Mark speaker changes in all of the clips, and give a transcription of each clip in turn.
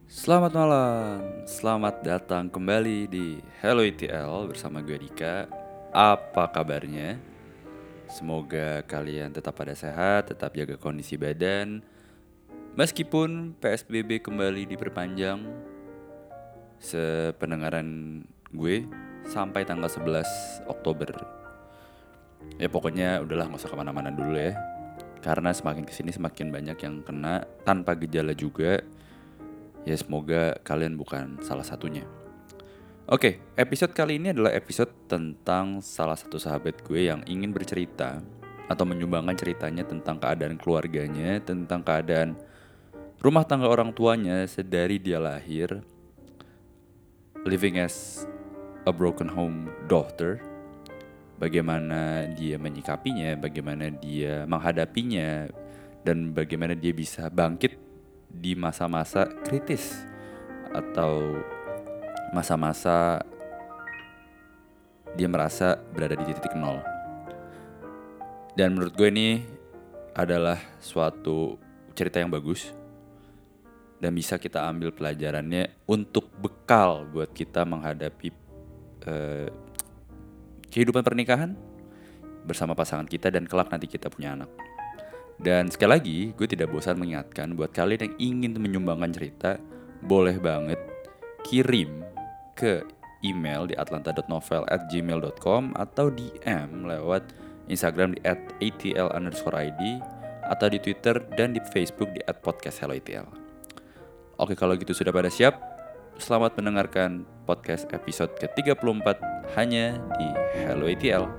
Speaker 1: Selamat malam, selamat datang kembali di Hello ITL bersama gue Dika. Apa kabarnya? Semoga kalian tetap pada sehat, tetap jaga kondisi badan. Meskipun PSBB kembali diperpanjang, sependengaran gue sampai tanggal 11 Oktober. Ya pokoknya udahlah gak usah kemana-mana dulu ya. Karena semakin kesini semakin banyak yang kena tanpa gejala juga. Ya semoga kalian bukan salah satunya. Oke, episode kali ini adalah episode tentang salah satu sahabat gue yang ingin bercerita atau menyumbangkan ceritanya tentang keadaan keluarganya, tentang keadaan rumah tangga orang tuanya sedari dia lahir, living as a broken home daughter, bagaimana dia menyikapinya, bagaimana dia menghadapinya, dan bagaimana dia bisa bangkit di masa-masa kritis atau masa-masa dia merasa berada di titik nol. Dan menurut gue ini adalah suatu cerita yang bagus dan bisa kita ambil pelajarannya untuk bekal buat kita menghadapi kehidupan pernikahan bersama pasangan kita dan kelak nanti kita punya anak. Dan sekali lagi, gue tidak bosan mengingatkan buat kalian yang ingin menyumbangkan cerita, boleh banget kirim ke email di atlanta.novel@gmail.com atau DM lewat Instagram di @atl_id atau di Twitter dan di Facebook di @podcasthelloitl. Oke, kalau gitu sudah pada siap? Selamat mendengarkan podcast episode ke-34 hanya di Hello ATL.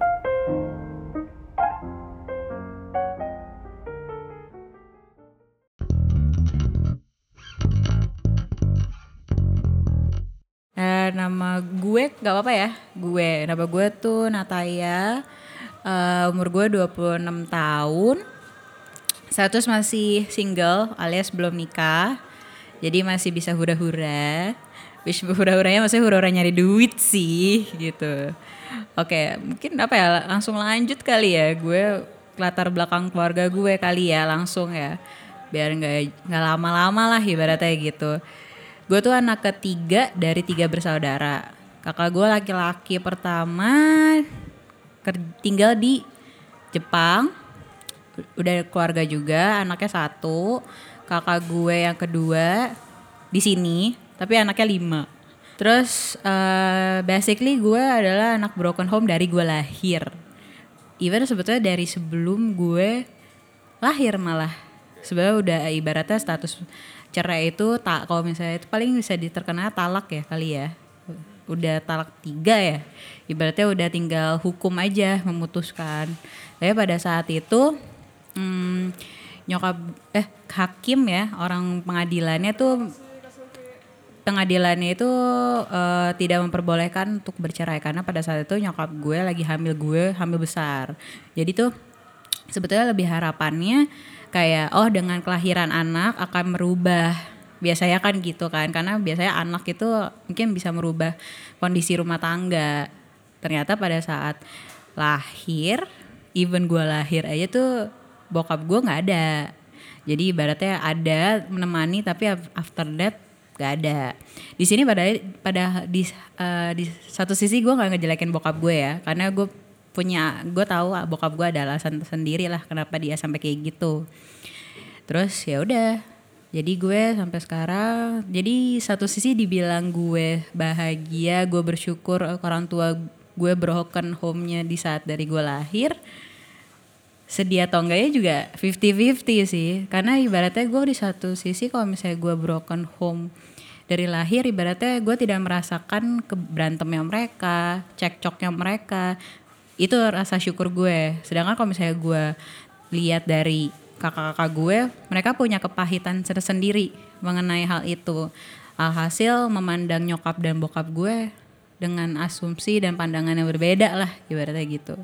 Speaker 2: Nama gue gak apa-apa ya. Nama gue tuh Nataya. Umur gue 26 tahun. Status masih single alias belum nikah. Jadi masih bisa hura-hura. Hura-huranya maksudnya hura-hura nyari duit sih gitu. Oke, mungkin langsung lanjut kali ya. Gue latar belakang keluarga gue kali ya langsung ya. Biar gak lama-lama lah ibaratnya gitu. Gue tuh anak ketiga dari 3 bersaudara. Kakak gue laki-laki pertama tinggal di Jepang. Udah keluarga juga, anaknya 1. Kakak gue yang kedua di sini, tapi anaknya 5. Terus basically gue adalah anak broken home dari gue lahir. Even sebetulnya dari sebelum gue lahir malah. Sebenarnya udah ibaratnya status cerai itu kalau misalnya itu paling bisa diterkena talak ya kali ya. Udah talak 3 ya. Ibaratnya udah tinggal hukum aja memutuskan. Tapi pada saat itu hakim ya, orang pengadilannya itu tidak memperbolehkan untuk bercerai karena pada saat itu nyokap gue lagi hamil besar. Jadi tuh sebetulnya lebih harapannya kayak dengan kelahiran anak akan merubah, biasanya kan gitu kan, karena biasanya anak itu mungkin bisa merubah kondisi rumah tangga. Ternyata pada saat lahir, even gue lahir aja tuh bokap gue nggak ada. Jadi ibaratnya ada menemani tapi after that gak ada. Di sini di satu sisi gue nggak ngejelekin bokap gue ya, karena gue tahu bokap gue ada alasan sendiri lah kenapa dia sampai kayak gitu. Terus ya udah, jadi gue sampai sekarang, jadi satu sisi dibilang gue bahagia, gue bersyukur orang tua gue broken home-nya di saat dari gue lahir. Sedih atau enggaknya juga 50-50 sih, karena ibaratnya gue di satu sisi kalau misalnya gue broken home dari lahir, ibaratnya gue tidak merasakan berantemnya mereka, cekcoknya mereka. Itu rasa syukur gue. Sedangkan kalau misalnya gue lihat dari kakak-kakak gue, mereka punya kepahitan tersendiri mengenai hal itu. Alhasil memandang nyokap dan bokap gue dengan asumsi dan pandangan yang berbeda lah ibaratnya gitu.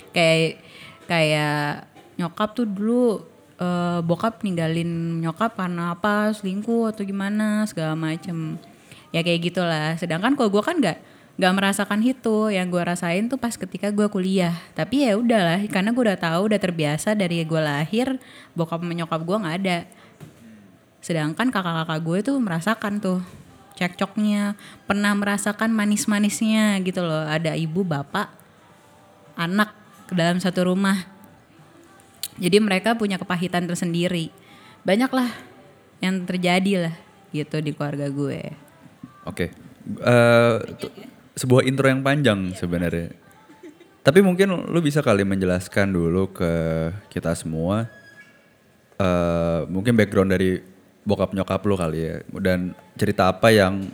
Speaker 2: Kayak nyokap tuh dulu bokap ninggalin nyokap karena apa, selingkuh atau gimana segala macem. Ya kayak gitulah. Sedangkan kalau gue kan nggak merasakan itu. Yang gue rasain tuh pas ketika gue kuliah. Tapi ya udahlah, karena gue udah tahu, udah terbiasa dari gue lahir bokap sama nyokap gue nggak ada. Sedangkan kakak-kakak gue tuh merasakan tuh cekcoknya, pernah merasakan manis-manisnya gitu loh. Ada ibu, bapak, anak ke dalam satu rumah. Jadi mereka punya kepahitan tersendiri. Banyak lah yang terjadi lah gitu di keluarga gue.
Speaker 1: Oke. Sebuah intro yang panjang sebenarnya. Tapi mungkin lu bisa kali menjelaskan dulu ke kita semua mungkin background dari bokap nyokap lu kali ya, dan cerita apa yang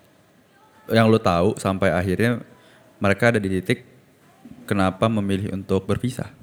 Speaker 1: lu tahu sampai akhirnya mereka ada di titik kenapa memilih untuk berpisah.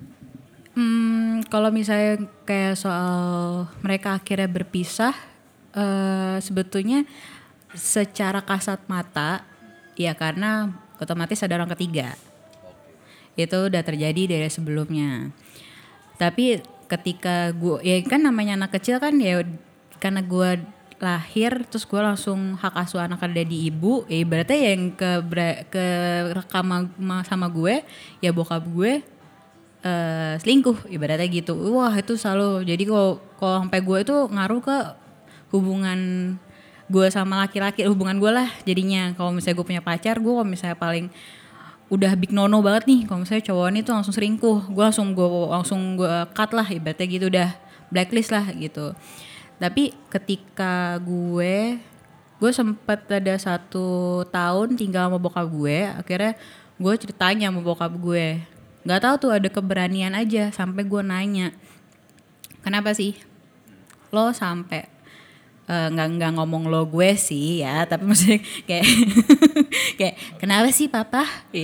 Speaker 2: Kalau misalnya kayak soal mereka akhirnya berpisah, sebetulnya secara kasat mata ya karena otomatis ada orang ketiga. Itu udah terjadi dari sebelumnya. Tapi ketika gue, ya kan namanya anak kecil kan ya, karena gue lahir terus gue langsung hak asuh anak ada di ibu, ya ibaratnya yang ke rekam sama gue ya bokap gue selingkuh ibaratnya gitu. Wah itu selalu, jadi kalau sampai gue itu ngaruh ke hubungan gue sama laki-laki, hubungan gue lah jadinya. Kalau misalnya gue punya pacar, gue kalau misalnya paling udah big no banget nih kalau misalnya cowok ini tuh langsung selingkuh, gue langsung gue cut lah ibaratnya gitu, udah blacklist lah gitu. Tapi ketika gue sempet ada 1 tahun tinggal sama bokap gue, akhirnya gue ceritanya sama bokap gue, nggak tahu tuh ada keberanian aja sampai gue nanya, kenapa sih lo sampai nggak ngomong lo gue sih ya, tapi maksudnya kayak kayak kenapa sih papa,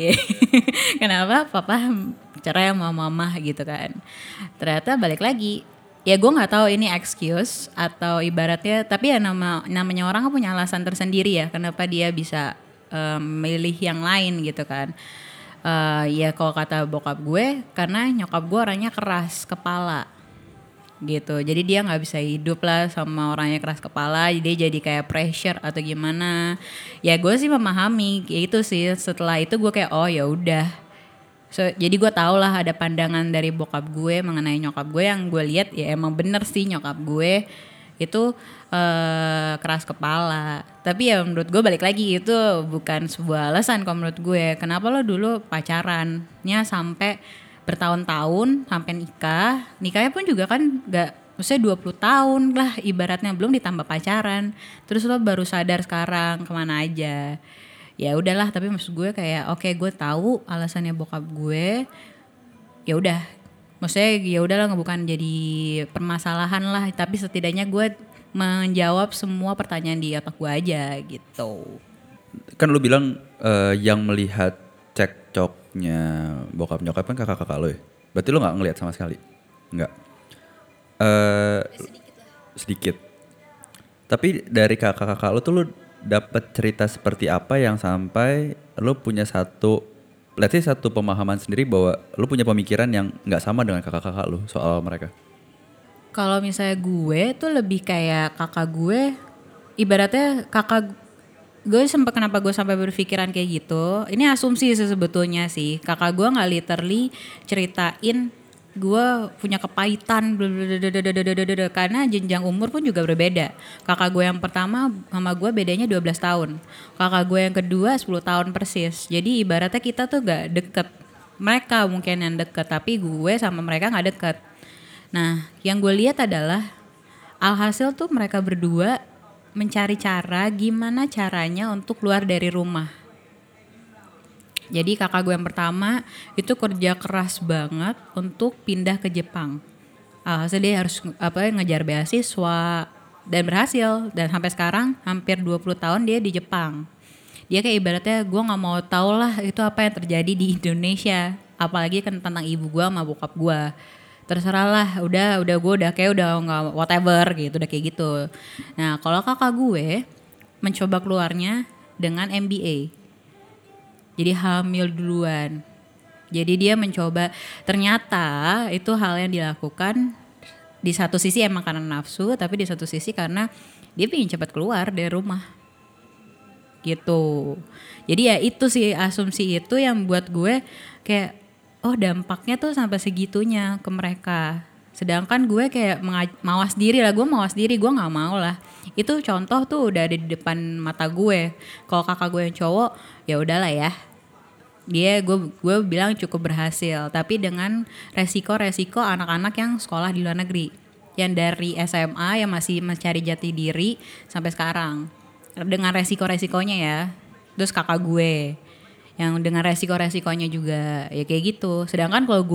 Speaker 2: kenapa papa cerai sama mama gitu kan. Ternyata balik lagi, ya gue nggak tahu ini excuse atau ibaratnya, tapi ya namanya orang kan punya alasan tersendiri ya kenapa dia bisa milih yang lain gitu kan. Ya kalau kata bokap gue, karena nyokap gue orangnya keras kepala gitu, jadi dia nggak bisa hidup lah sama orangnya keras kepala, jadi kayak pressure atau gimana. Ya gue sih memahami kayak itu sih. Setelah itu gue kayak oh ya udah, jadi gue tau lah ada pandangan dari bokap gue mengenai nyokap gue, yang gue lihat ya emang bener sih nyokap gue itu keras kepala. Tapi ya menurut gue balik lagi itu bukan sebuah alasan kalau menurut gue. Kenapa lo dulu pacarannya sampai bertahun-tahun sampai nikahnya pun juga kan gak, maksudnya 20 tahun lah ibaratnya, belum ditambah pacaran, terus lo baru sadar sekarang kemana aja. Ya udahlah, tapi maksud gue kayak oke, gue tahu alasannya bokap gue, ya udah, maksudnya ya udahlah, bukan jadi permasalahan lah, tapi setidaknya gue menjawab semua pertanyaan di otak gue aja gitu.
Speaker 1: Kan lu bilang yang melihat cekcoknya bokap nyokap kan kakak-kakak lo ya. Berarti lo nggak ngelihat sama sekali? Nggak. Sedikit. Tapi dari kakak-kakak lo tuh lo dapet cerita seperti apa yang sampai lo punya satu pemahaman sendiri bahwa lo punya pemikiran yang nggak sama dengan kakak-kakak lo soal mereka?
Speaker 2: Kalau misalnya gue tuh lebih kayak kakak gue, ibaratnya kakak gue kenapa gue sampai berpikiran kayak gitu, ini asumsi sih sebetulnya sih. Kakak gue nggak literally ceritain gue punya kepahitan karena jenjang umur pun juga berbeda. Kakak gue yang pertama sama gue bedanya 12 tahun, kakak gue yang kedua 10 tahun persis. Jadi ibaratnya kita tuh gak deket, mereka mungkin yang deket tapi gue sama mereka gak deket. Nah yang gue lihat adalah alhasil tuh mereka berdua mencari cara gimana caranya untuk keluar dari rumah. Jadi kakak gue yang pertama itu kerja keras banget untuk pindah ke Jepang. Alhasil dia harus ngejar beasiswa dan berhasil, dan sampai sekarang hampir 20 tahun dia di Jepang. Dia kayak ibaratnya gue nggak mau tau lah itu apa yang terjadi di Indonesia, apalagi kan tentang ibu gue sama bokap gue. Terserah lah, udah gue udah kayak udah nggak whatever gitu, udah kayak gitu. Nah kalau kakak gue mencoba keluarnya dengan MBA, jadi hamil duluan. Jadi dia mencoba, ternyata itu hal yang dilakukan di satu sisi emang karena nafsu, tapi di satu sisi karena dia pengen cepat keluar dari rumah gitu. Jadi ya itu sih, asumsi itu yang buat gue kayak oh dampaknya tuh sampai segitunya ke mereka. Sedangkan gue kayak mawas diri lah, gue mawas diri, gue nggak mau lah. Itu contoh tuh udah ada di depan mata gue. Kalau kakak gue yang cowok, ya udahlah ya. Gue bilang cukup berhasil, tapi dengan resiko-resiko anak-anak yang sekolah di luar negeri, yang dari SMA yang masih mencari jati diri sampai sekarang, dengan resiko-resikonya ya. Terus kakak gue yang dengan resiko-resikonya juga ya kayak gitu. Sedangkan kalau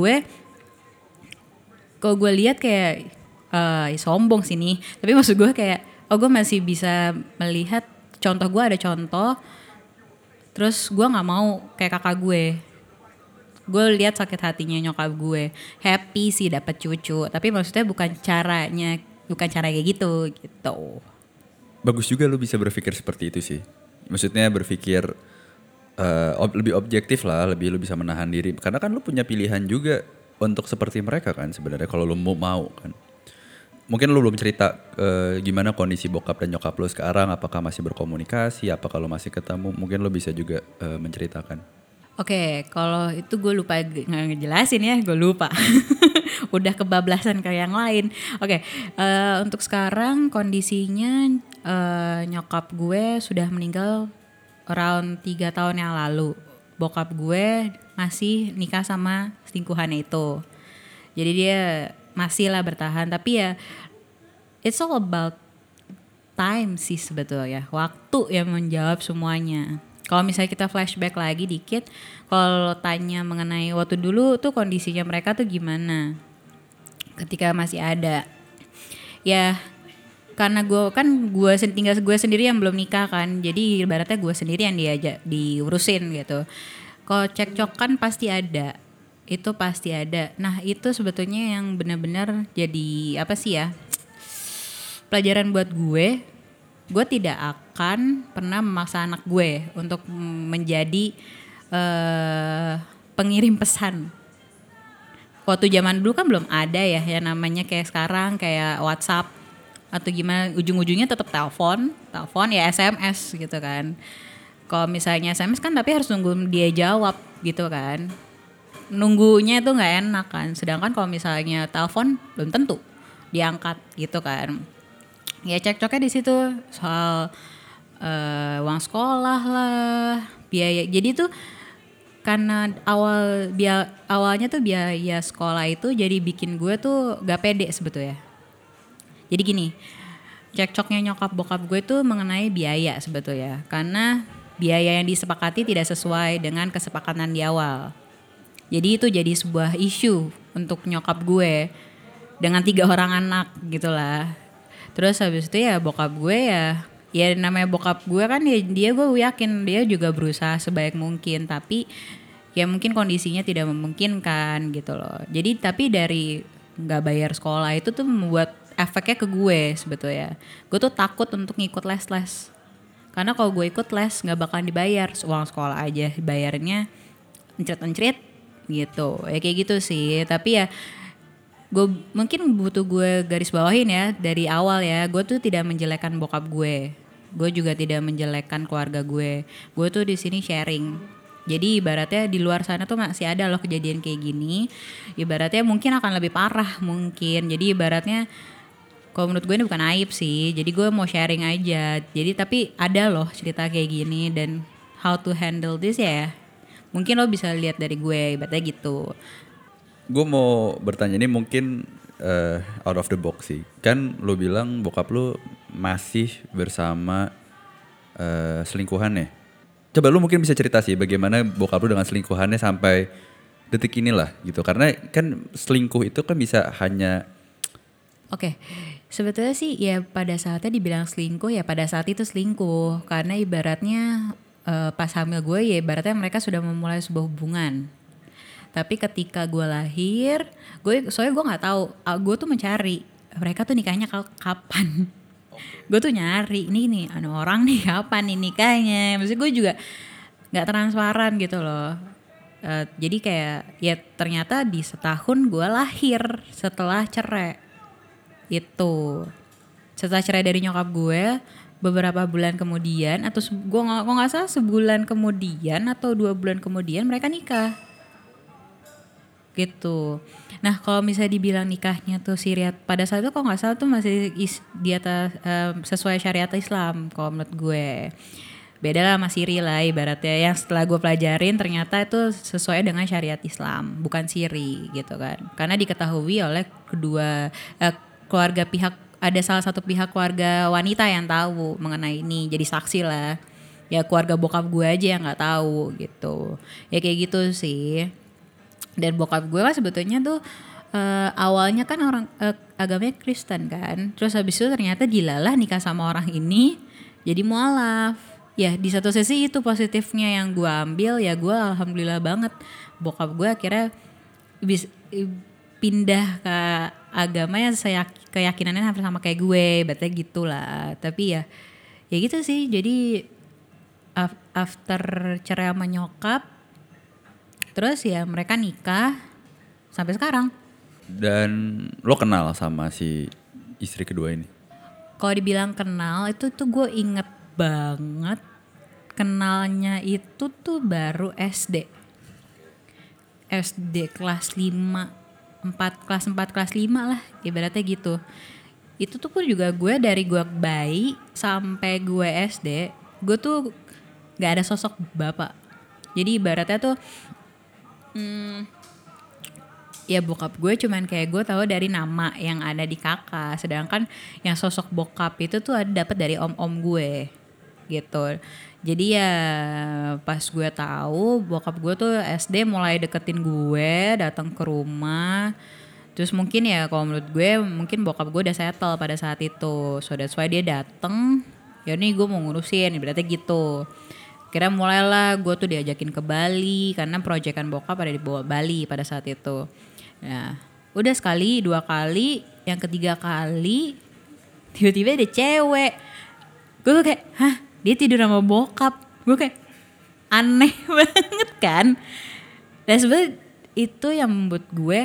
Speaker 2: gue lihat kayak sombong sih nih, tapi maksud gue kayak gue masih bisa melihat contoh, gue ada contoh, terus gue nggak mau kayak kakak gue lihat sakit hatinya nyokap gue, happy sih dapat cucu, tapi maksudnya bukan cara kayak gitu.
Speaker 1: Bagus juga lu bisa berpikir seperti itu sih. Maksudnya berpikir lebih objektif lah, lebih lu bisa menahan diri. Karena kan lu punya pilihan juga untuk seperti mereka kan sebenarnya kalau lu mau kan. Mungkin lu belum cerita gimana kondisi bokap dan nyokap lu sekarang, apakah masih berkomunikasi, apa kalau masih ketemu, mungkin lu bisa juga menceritakan.
Speaker 2: Oke, kalau itu gue lupa ngejelasin ya, gue lupa. Udah kebablasan kayak yang lain. Oke, untuk sekarang kondisinya nyokap gue sudah meninggal around 3 tahun yang lalu. Bokap gue masih nikah sama selingkuhannya itu. Jadi dia masih lah bertahan, tapi ya it's all about time sih sebetulnya. Waktu yang menjawab semuanya. Kalau misalnya kita flashback lagi dikit, kalau tanya mengenai waktu dulu tuh kondisinya mereka tuh gimana ketika masih ada. Ya karena gue tinggal gue sendiri yang belum nikah kan, jadi ibaratnya gue sendiri yang diurusin gitu. Kalau cekcok kan pasti ada, itu pasti ada. Nah itu sebetulnya yang benar-benar jadi apa sih ya, pelajaran buat gue tidak akan pernah memaksa anak gue untuk menjadi pengirim pesan. Waktu zaman dulu kan belum ada ya yang namanya kayak sekarang kayak WhatsApp atau gimana, ujung-ujungnya tetap telepon ya SMS gitu kan. Kalau misalnya SMS kan tapi harus nunggu dia jawab gitu kan. Nunggunya itu nggak enak kan. Sedangkan kalau misalnya telepon belum tentu diangkat gitu kan. Ya cekcoknya di situ soal uang sekolah lah, biaya. Jadi tuh karena awalnya tuh biaya sekolah itu jadi bikin gue tuh gak pede sebetulnya. Jadi gini, cekcoknya nyokap bokap gue tuh mengenai biaya sebetulnya. Karena biaya yang disepakati tidak sesuai dengan kesepakatan di awal. Jadi itu jadi sebuah isu untuk nyokap gue dengan 3 orang anak gitulah. Terus habis itu ya bokap gue ya namanya bokap gue kan ya gue yakin dia juga berusaha sebaik mungkin. Tapi ya mungkin kondisinya tidak memungkinkan gitu loh. Jadi tapi dari gak bayar sekolah itu tuh membuat efeknya ke gue sebetulnya. Gue tuh takut untuk ngikut les-les. Karena kalau gue ikut les gak bakalan dibayar. Uang sekolah aja bayarnya encret-encret gitu. Ya kayak gitu sih. Tapi ya gue mungkin butuh gue garis bawahin ya dari awal ya. Gue tuh tidak menjelekkan bokap gue. Gue juga tidak menjelekkan keluarga gue. Gue tuh di sini sharing. Jadi ibaratnya di luar sana tuh masih ada loh kejadian kayak gini. Ibaratnya mungkin akan lebih parah mungkin. Jadi ibaratnya kalau menurut gue ini bukan aib sih. Jadi gue mau sharing aja. Jadi tapi ada loh cerita kayak gini dan how to handle this ya. Mungkin lo bisa lihat dari gue ibaratnya gitu.
Speaker 1: Gue mau bertanya ini mungkin out of the box sih. Kan lo bilang bokap lo masih bersama selingkuhannya. Coba lu mungkin bisa cerita sih bagaimana bokap lu dengan selingkuhannya sampai detik inilah gitu. Karena kan selingkuh itu kan bisa hanya...
Speaker 2: Oke, sebetulnya sih ya pada saatnya dibilang selingkuh ya pada saat itu selingkuh. Karena ibaratnya pas hamil gue ya ibaratnya mereka sudah memulai sebuah hubungan. Tapi ketika gue lahir, soalnya gue gak tahu, gue tuh mencari mereka tuh nikahnya kapan. Gue tuh nyari nih orang nih kapan nih nikahnya. Maksudnya gue juga gak transparan gitu loh. Jadi kayak ya ternyata di setahun gue lahir setelah cerai. Itu setelah cerai dari nyokap gue beberapa bulan kemudian atau gue nggak salah sebulan kemudian atau 2 bulan kemudian mereka nikah. gitu. Nah kalau misalnya dibilang nikahnya tuh syariat pada saat itu, kalau nggak salah tuh masih di atas sesuai syariat Islam kalau menurut gue. Beda lah sama siri lah ibaratnya, yang setelah gue pelajarin ternyata itu sesuai dengan syariat Islam, bukan siri gitu kan. Karena diketahui oleh kedua keluarga pihak, ada salah satu pihak keluarga wanita yang tahu mengenai ini, jadi saksi lah. Ya keluarga bokap gue aja yang nggak tahu gitu. Ya kayak gitu sih. Dan bokap gue kan sebetulnya tuh awalnya kan orang agamanya Kristen kan. Terus habis itu ternyata dilalah nikah sama orang ini jadi mualaf. Ya di satu sisi itu positifnya yang gue ambil, ya gue alhamdulillah banget bokap gue akhirnya pindah ke agama yang keyakinannya hampir sama kayak gue, berarti gitulah. Tapi ya gitu sih. Jadi after cerai sama nyokap, terus ya mereka nikah sampai sekarang.
Speaker 1: Dan lo kenal sama si istri kedua ini?
Speaker 2: Kalau dibilang kenal itu tuh gue inget banget, kenalnya itu tuh baru SD kelas 5, kelas 4 kelas 5 lah ibaratnya gitu. Itu tuh pun juga gue dari gue bayi sampai gue SD, gue tuh gak ada sosok bapak. Jadi ibaratnya tuh ya bokap gue cuman kayak gue tahu dari nama yang ada di kakak, sedangkan yang sosok bokap itu tuh ada dapat dari om-om gue gitu. Jadi ya pas gue tahu bokap gue tuh SD mulai deketin gue, datang ke rumah. Terus mungkin ya kalau menurut gue mungkin bokap gue udah settle pada saat itu, so that's why dia datang. Ya nih gue mau ngurusin, berarti gitu. Kira mulailah gue tuh diajakin ke Bali karena proyekan bokap ada di Bali pada saat itu. Nah udah sekali, 2 kali, yang ketiga kali tiba-tiba ada cewek. Gue tuh kayak hah, dia tidur sama bokap. Gue kayak aneh banget kan. Dan sebenarnya itu yang membuat gue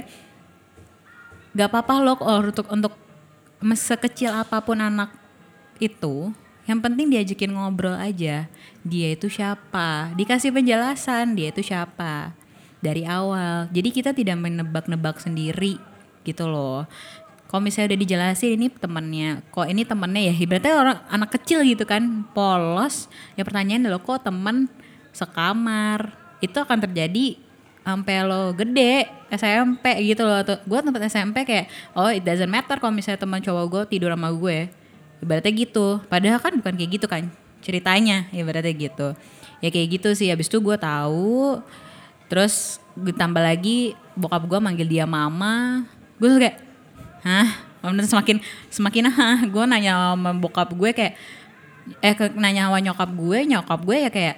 Speaker 2: gak apa-apa loh untuk sekecil apapun anak itu, yang penting diajakin ngobrol aja. Dia itu siapa, dikasih penjelasan dia itu siapa dari awal. Jadi kita tidak menebak-nebak sendiri gitu loh. Kalau misalnya udah dijelasin ini temannya, kok ini temannya ya ibaratnya orang anak kecil gitu kan, polos. Ya pertanyaan lo kok teman sekamar, itu akan terjadi sampai lo gede SMP gitu loh. Gue tempat SMP kayak oh it doesn't matter kalau misalnya teman cowok gue tidur sama gue, ibaratnya gitu. Padahal kan bukan kayak gitu kan ceritanya, ibaratnya gitu. Ya kayak gitu sih. Habis itu gue tahu, terus ditambah lagi bokap gue manggil dia mama. Gue tuh kayak hah, semakin gue nanya sama bokap gue kayak nanya sama nyokap gue ya kayak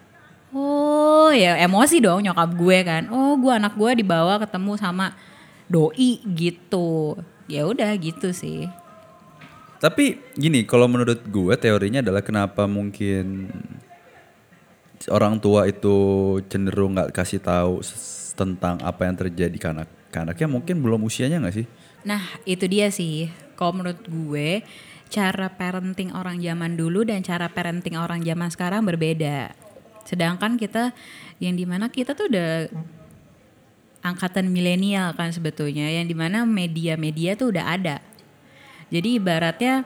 Speaker 2: oh ya emosi dong nyokap gue kan. Oh gue anak gue dibawa ketemu sama doi gitu. Ya udah gitu sih.
Speaker 1: Tapi gini, kalau menurut gue teorinya adalah kenapa mungkin orang tua itu cenderung nggak kasih tahu tentang apa yang terjadi ke anaknya, mungkin belum usianya nggak sih?
Speaker 2: Nah itu dia sih. Kalau menurut gue cara parenting orang zaman dulu dan cara parenting orang zaman sekarang berbeda. Sedangkan kita yang dimana kita tuh udah angkatan milenial kan sebetulnya, yang dimana media-media tuh udah ada. Jadi ibaratnya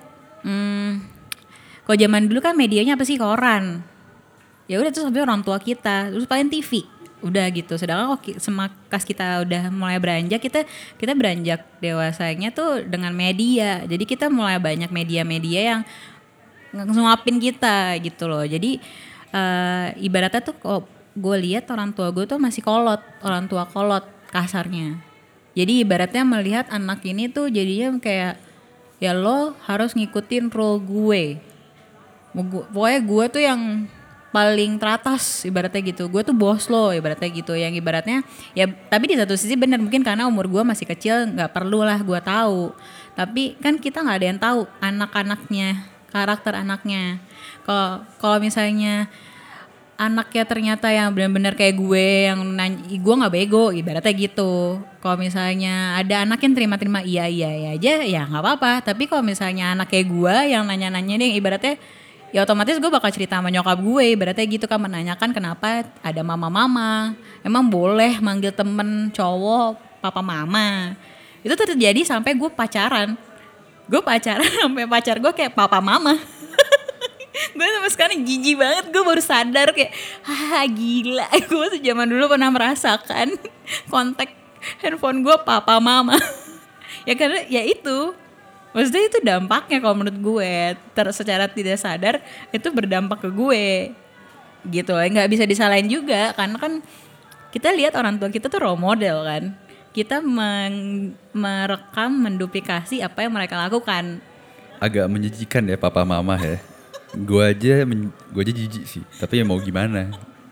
Speaker 2: kalau zaman dulu kan medianya apa sih, koran. Ya udah terus sampai orang tua kita, terus paling TV. Udah gitu. Sedangkan semakas kita udah mulai beranjak, kita beranjak dewasanya tuh dengan media. Jadi kita mulai banyak media-media yang nguapin kita gitu loh. Jadi ibaratnya tuh kok gue lihat orang tua gue tuh masih kolot, orang tua kolot kasarnya. Jadi ibaratnya melihat anak ini tuh jadinya kayak ya lo harus ngikutin role gue. Pokoknya gue tuh yang paling teratas ibaratnya gitu. Gue tuh bos lo ibaratnya gitu. Yang ibaratnya ya tapi di satu sisi benar, mungkin karena umur gue masih kecil nggak perlu lah gue tahu. Tapi kan kita nggak ada yang tahu anak-anaknya, karakter anaknya. Kalau misalnya anaknya ternyata yang benar-benar kayak gue yang nanya, gue nggak bego ibaratnya gitu. Kalau misalnya ada anak yang terima-terima iya aja ya nggak apa-apa. Tapi kalau misalnya anak kayak gue yang nanya-nanya nih ibaratnya ya otomatis gue bakal cerita sama nyokap gue, berarti gitu kan, menanyakan kenapa ada mama-mama, emang boleh manggil temen cowok papa mama. Itu terjadi sampai gue pacaran sampai pacar gue kayak papa mama. Gue sampai sekarang jijik banget, gue baru sadar kayak gila, gue tuh zaman dulu pernah merasakan kontak handphone gue papa mama. Ya karena ya itu, maksudnya itu dampaknya kalau menurut gue secara tidak sadar itu berdampak ke gue gitu. Nggak bisa disalahin juga karena kan kita lihat orang tua kita tuh role model kan, kita merekam, menduplikasi apa yang mereka lakukan.
Speaker 1: Agak menjijikan ya papa mama ya. Gue aja jijik sih, tapi ya mau gimana.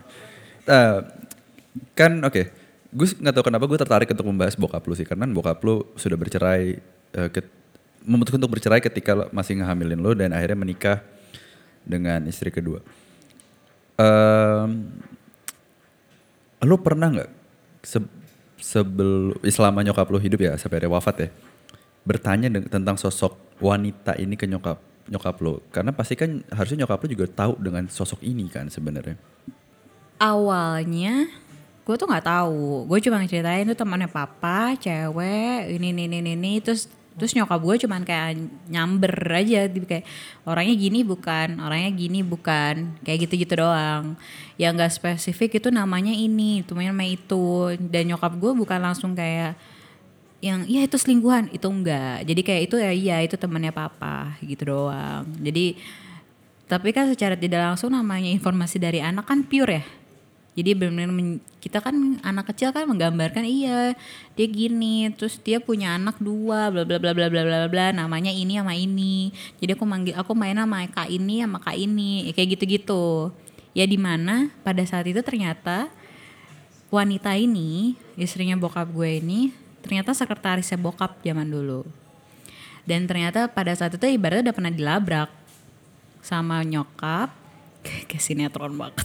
Speaker 1: Kan oke. Gue gak tahu kenapa gue tertarik untuk membahas bokap lu sih, karena bokap lu sudah bercerai, memutuskan untuk bercerai ketika masih ngehamilin lu dan akhirnya menikah dengan istri kedua. Lu pernah nggak sebelum selama nyokap lu hidup ya sampai dia wafat ya, bertanya tentang sosok wanita ini ke nyokap lu? Karena pasti kan harusnya nyokap lu juga tahu dengan sosok ini kan sebenarnya.
Speaker 2: Awalnya gue tuh nggak tahu, gue cuma ngeceritain tuh temannya papa, cewek, ini, terus nyokap gue cuman kayak nyamber aja, kayak orangnya gini bukan, kayak gitu doang. Yang nggak spesifik itu namanya ini, namanya itu, dan nyokap gue bukan langsung kayak yang iya itu selingkuhan, itu enggak. Jadi kayak itu ya iya itu temannya papa gitu doang. Jadi tapi kan secara tidak langsung namanya informasi dari anak kan pure ya. Jadi benar-benar kita kan anak kecil kan menggambarkan iya dia gini, terus dia punya anak 2 bla bla bla bla bla bla bla, namanya ini sama ini. Jadi aku main sama kak ini sama kak ini, kayak gitu-gitu. Ya di mana pada saat itu ternyata wanita ini, istrinya bokap gue ini, ternyata sekretarisnya bokap zaman dulu. Dan ternyata pada saat itu ibaratnya udah pernah dilabrak sama nyokap, kayak sinetron banget.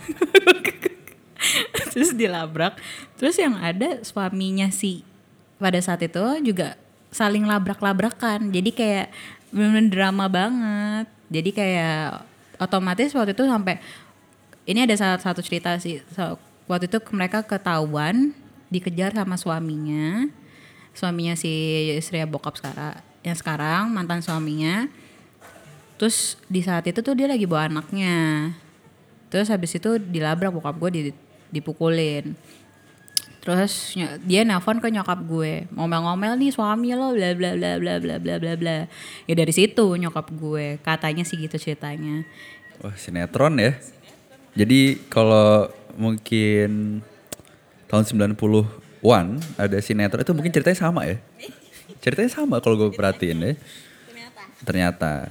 Speaker 2: Terus dilabrak, terus yang ada suaminya si pada saat itu juga saling labrak-labrakan. Jadi kayak bener-bener drama banget. Jadi kayak otomatis waktu itu sampai ini ada satu cerita sih. Waktu itu mereka ketahuan dikejar sama suaminya si istri bokap sekarang mantan suaminya. Terus di saat itu tuh dia lagi bawa anaknya. Terus habis itu dilabrak bokap gue, dipukulin. Terus dia nelpon ke nyokap gue, ngomel-ngomel nih suami lo bla bla bla bla bla bla bla bla. Ya dari situ nyokap gue katanya sih gitu ceritanya.
Speaker 1: Wah, sinetron ya. Jadi kalau mungkin tahun 90-an ada sinetron itu mungkin ceritanya sama ya. Ceritanya sama kalau gue perhatiin ya. Ternyata.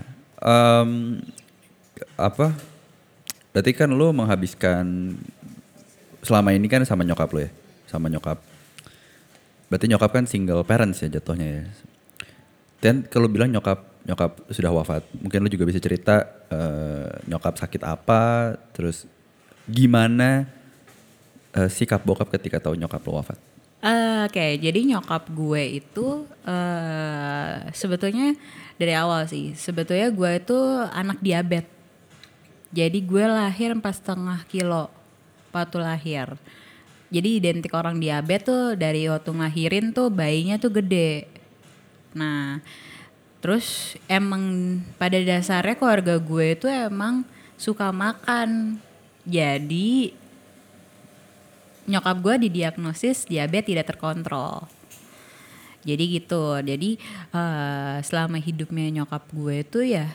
Speaker 1: Berarti kan lu menghabiskan selama ini kan sama nyokap lu ya, sama nyokap. Berarti nyokap kan single parents ya jatuhnya ya. Dan kalau bilang nyokap sudah wafat, mungkin lu juga bisa cerita nyokap sakit apa, terus gimana sikap bokap ketika tahu nyokap lu wafat.
Speaker 2: Oke, jadi nyokap gue itu sebetulnya dari awal sih, sebetulnya gue itu anak diabetes. Jadi gue lahir 4,5 kilo waktu lahir. Jadi identik orang diabetes tuh dari waktu ngelahirin tuh bayinya tuh gede. Nah terus emang pada dasarnya keluarga gue tuh emang suka makan. Jadi nyokap gue didiagnosis diabetes tidak terkontrol. Jadi gitu, jadi selama hidupnya nyokap gue tuh ya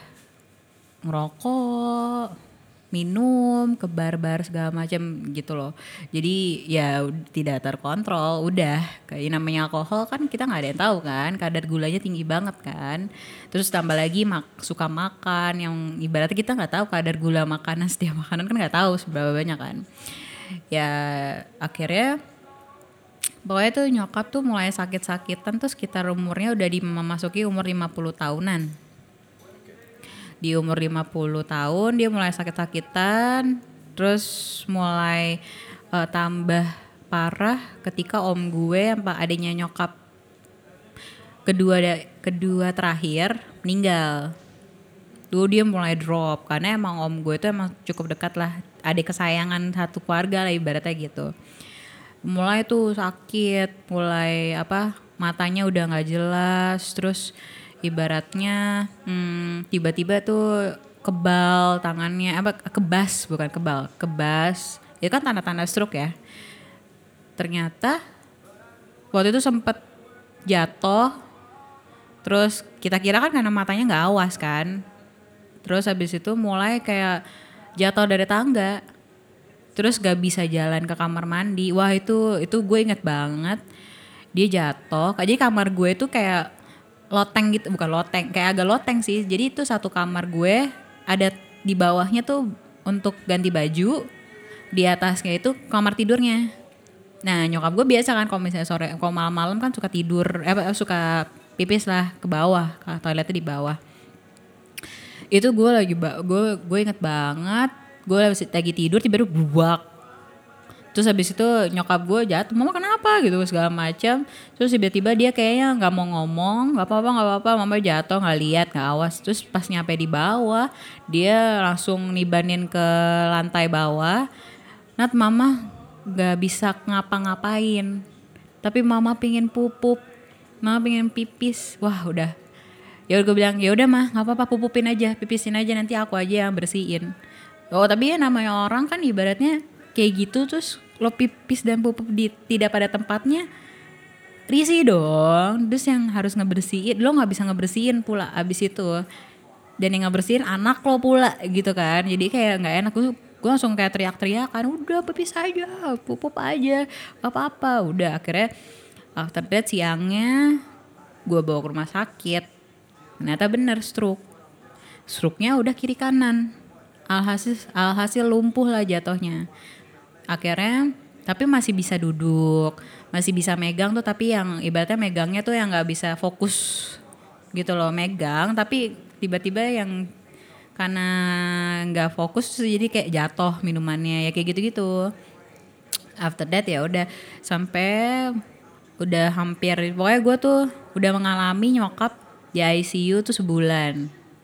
Speaker 2: ngerokok, minum, ke bar-bar segala macam gitu loh. Jadi ya tidak terkontrol, udah kayak namanya alkohol kan kita nggak ada yang tahu kan, kadar gulanya tinggi banget kan. Terus tambah lagi suka makan yang ibaratnya kita nggak tahu kadar gula makanan setiap makanan kan nggak tahu seberapa banyak kan. Ya akhirnya pokoknya tuh nyokap tuh mulai sakit-sakitan tuh sekitar umurnya udah memasuki umur 50 tahunan. Di umur 50 tahun dia mulai sakit-sakitan, terus mulai tambah parah ketika om gue sama adiknya nyokap kedua terakhir meninggal. tuh dia mulai drop karena emang om gue tuh emang cukup dekat lah, adik kesayangan satu keluarga lah ibaratnya gitu. Mulai tuh sakit, mulai matanya udah nggak jelas, terus ibaratnya tiba-tiba tuh kebal tangannya, kebas, bukan kebal, kebas itu kan tanda-tanda stroke ya. Ternyata waktu itu sempet jatuh, terus kita kira kan karena matanya nggak awas kan, terus habis itu mulai kayak jatuh dari tangga, terus gak bisa jalan ke kamar mandi. Wah itu gue inget banget, dia jatuh. Jadi kamar gue itu kayak loteng gitu, bukan loteng, kayak agak loteng sih. Jadi itu satu kamar gue ada di bawahnya tuh untuk ganti baju, di atasnya itu kamar tidurnya. Nah nyokap gue biasa kan kalau misalnya sore, kalau malam-malam kan suka tidur, suka pipis lah ke bawah, toiletnya di bawah. Itu gue gue inget banget, gue lagi tidur tiba-tiba buak. Terus habis itu nyokap gue jatuh, mama kenapa gitu segala macam. Terus tiba-tiba dia kayaknya nggak mau ngomong, nggak apa-apa, mama jatuh nggak lihat nggak awas. Terus pas nyampe di bawah dia langsung nibanin ke lantai bawah. Nat, mama nggak bisa ngapa-ngapain, tapi mama pingin pupup, mama pingin pipis. Wah udah, ya gue bilang ya udah mah nggak apa-apa, pupupin aja, pipisin aja, nanti aku aja yang bersihin. Oh tapi ya namanya orang kan ibaratnya kayak gitu, terus lo pipis dan pupup tidak pada tempatnya, risih dong. Terus yang harus ngebersihin, lo nggak bisa ngebersihin pula abis itu, dan yang ngebersihin anak lo pula gitu kan. Jadi kayak nggak enak. Gue langsung kayak teriak-teriakan, udah pipis aja, pupup aja, apa-apa. Udah akhirnya after that siangnya gue bawa ke rumah sakit. Ternyata bener stroke. Stroke-nya udah kiri kanan. Alhasil lumpuh lah jatuhnya. Akhirnya tapi masih bisa duduk, masih bisa megang tuh, tapi yang ibaratnya megangnya tuh yang nggak bisa fokus gitu loh, megang tapi tiba-tiba yang karena nggak fokus jadi kayak jatuh minumannya ya kayak gitu-gitu. After that ya udah sampai udah hampir, pokoknya gue tuh udah mengalami nyokap di ICU tuh sebulan.